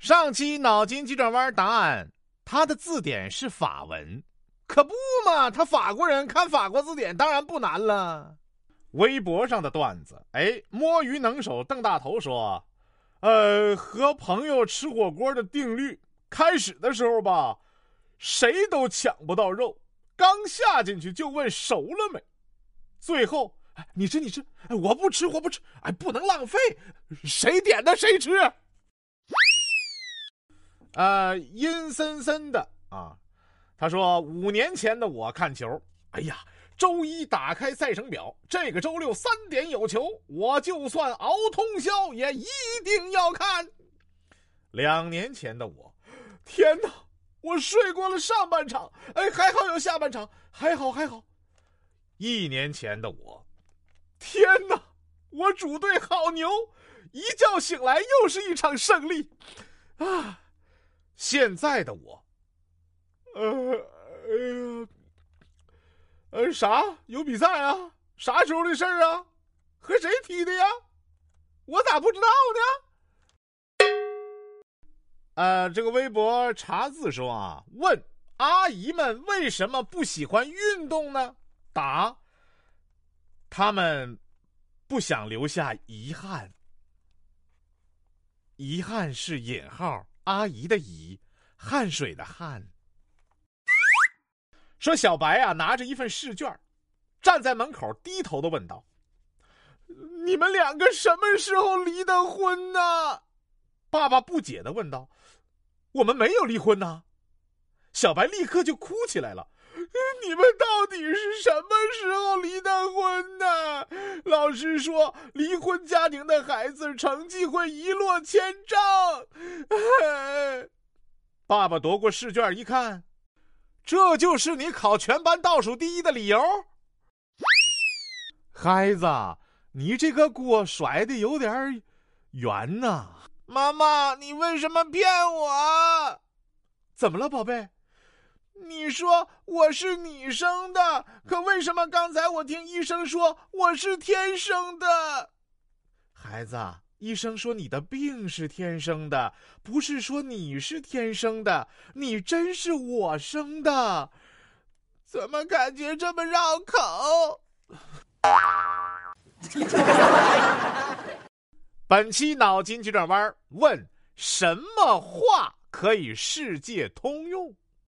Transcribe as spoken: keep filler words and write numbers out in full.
上期脑筋急转弯答案，他的字典是法文，可不嘛，他法国人看法国字典当然不难了。微博上的段子，哎，摸鱼能手邓大头说，呃，和朋友吃火锅的定律，开始的时候吧，谁都抢不到肉，刚下进去就问熟了没，最后，哎，你吃你吃，哎，我不吃我不吃，哎，不能浪费，谁点的谁吃。呃，阴森森的啊，他说五年前的我看球，哎呀，周一打开赛程表，这个周六三点有球，我就算熬通宵也一定要看。两年前的我，天哪，我睡过了上半场，哎，还好有下半场，还好还好。一年前的我，天哪，我主队好牛，一觉醒来又是一场胜利啊！现在的我，呃，呃，呃，啥？有比赛啊？啥时候的事儿啊？和谁踢的呀？我咋不知道呢？呃，这个微博查字说啊，问阿姨们为什么不喜欢运动呢？答，他们不想留下遗憾。遗憾是引号，阿姨的姨，汗水的汗。说小白啊，拿着一份试卷，站在门口低头的问道，你们两个什么时候离的婚呢？爸爸不解的问道，我们没有离婚呢。小白立刻就哭起来了，你们到底是什么时候离的婚呢？老师说离婚家庭的孩子成绩会一落千丈。爸爸夺过试卷一看，这就是你考全班倒数第一的理由？孩子，你这个锅甩的有点圆呐。妈妈，你为什么骗我？怎么了，宝贝？你说我是你生的，可为什么刚才我听医生说我是天生的？孩子，医生说你的病是天生的，不是说你是天生的，你真是我生的。怎么感觉这么绕口？本期脑筋急转弯问，什么话可以世界通用？